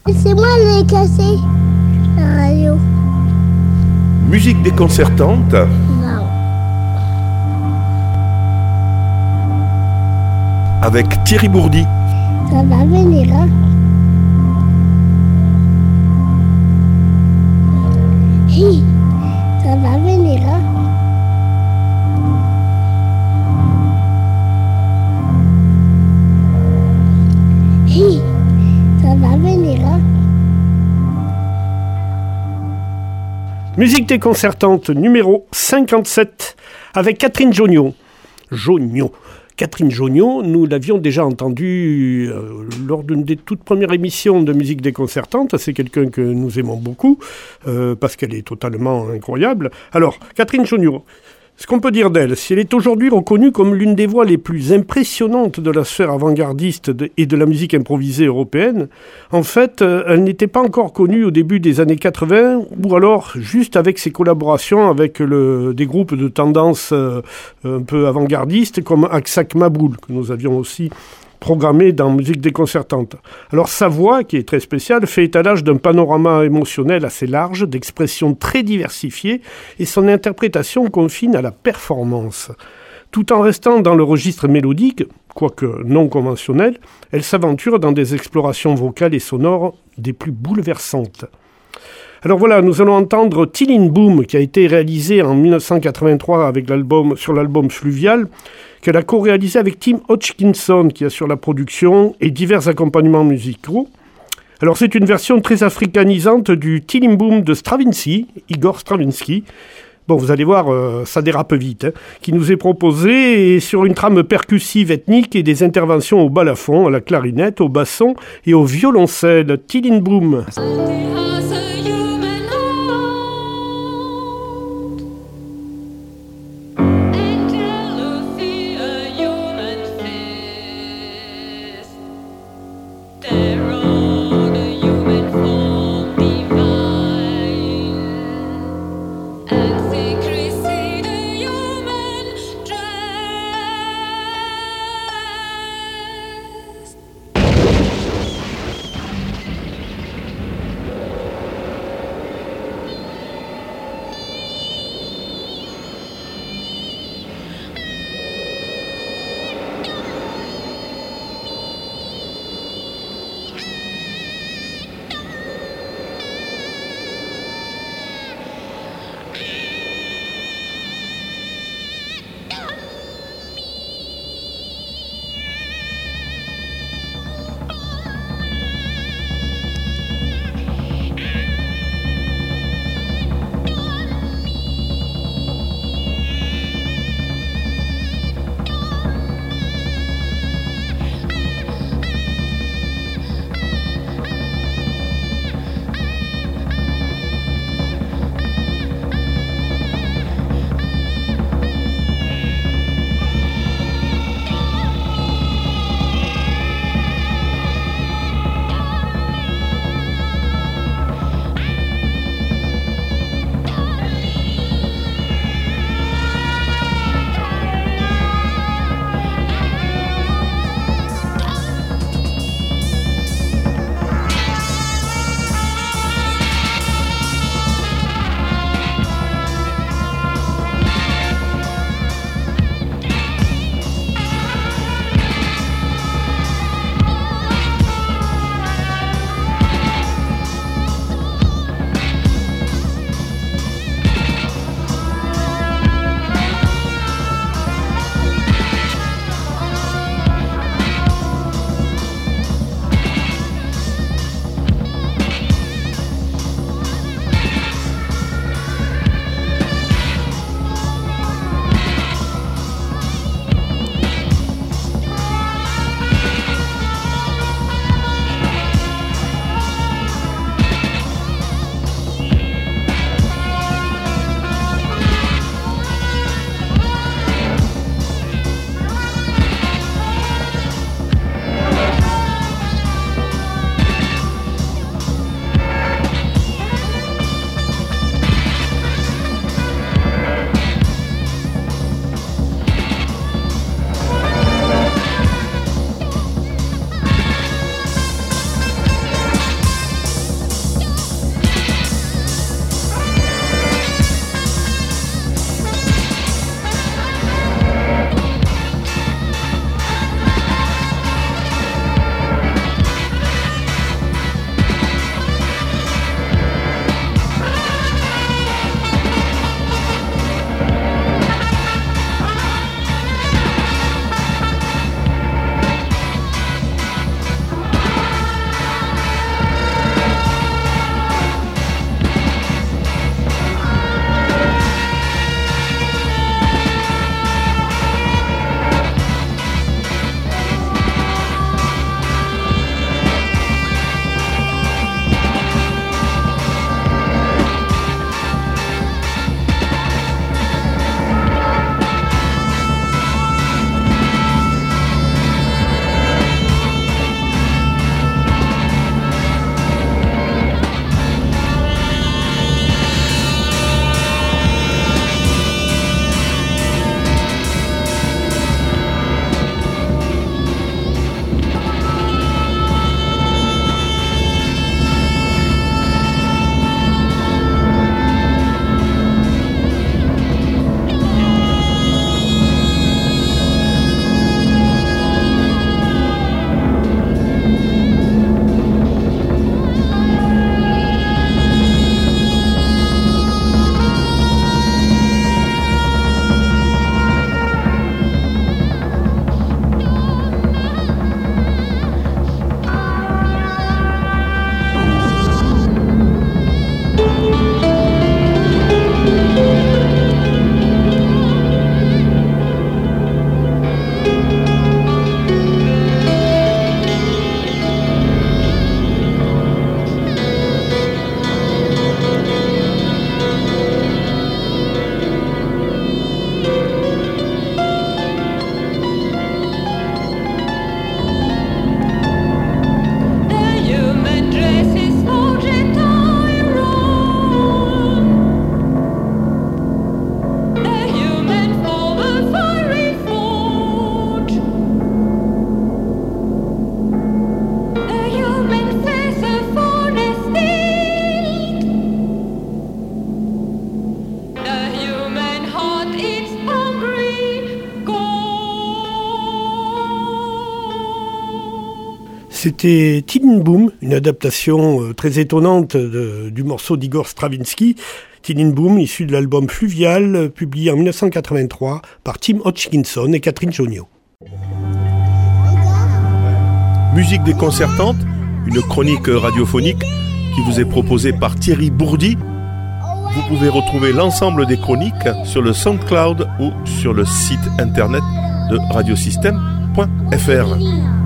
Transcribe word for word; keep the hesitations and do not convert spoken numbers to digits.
C'est moi qui ai cassé la radio. Musique déconcertante. Non. Avec Thierry Bourdi. Ça va venir, hein? Hi, ça va venir, hein? Hi, ça va venir, hein? Musique déconcertante numéro cinquante-sept avec Catherine Joniot. Joniot. Catherine Joniot, nous l'avions déjà entendue euh, lors d'une des toutes premières émissions de Musique déconcertante. C'est quelqu'un que nous aimons beaucoup euh, parce qu'elle est totalement incroyable. Alors, Catherine Joniot, ce qu'on peut dire d'elle, si elle est aujourd'hui reconnue comme l'une des voix les plus impressionnantes de la sphère avant-gardiste de, et de la musique improvisée européenne, en fait, euh, elle n'était pas encore connue au début des années quatre-vingts, ou alors juste avec ses collaborations avec le, des groupes de tendance euh, un peu avant-gardistes comme Aksak Maboul, que nous avions aussi programmé dans Musique déconcertante. Alors sa voix, qui est très spéciale, fait étalage d'un panorama émotionnel assez large, d'expressions très diversifiées, et son interprétation confine à la performance. Tout en restant dans le registre mélodique, quoique non conventionnel, elle s'aventure dans des explorations vocales et sonores des plus bouleversantes. Alors voilà, nous allons entendre Till in Boom, qui a été réalisé en dix-neuf cent quatre-vingt-trois avec l'album, sur l'album Fluvial, qu'elle a co-réalisé avec Tim Hodgkinson, qui assure la production, et divers accompagnements musicaux. Alors c'est une version très africanisante du Till in Boom de Stravinsky, Igor Stravinsky. Bon, vous allez voir, euh, ça dérape vite, hein, qui nous est proposé et sur une trame percussive ethnique et des interventions au balafon, à la clarinette, au basson et au violoncelle. Till in Boom. C'était Tin Boom, une adaptation euh, très étonnante de, du morceau d'Igor Stravinsky. Tin Boom, issu de l'album Fluvial, euh, publié en dix-neuf cent quatre-vingt-trois par Tim Hodgkinson et Catherine Jonio. Musique déconcertante, une chronique radiophonique qui vous est proposée par Thierry Bourdi. Vous pouvez retrouver l'ensemble des chroniques sur le SoundCloud ou sur le site internet de radiosystème point f r.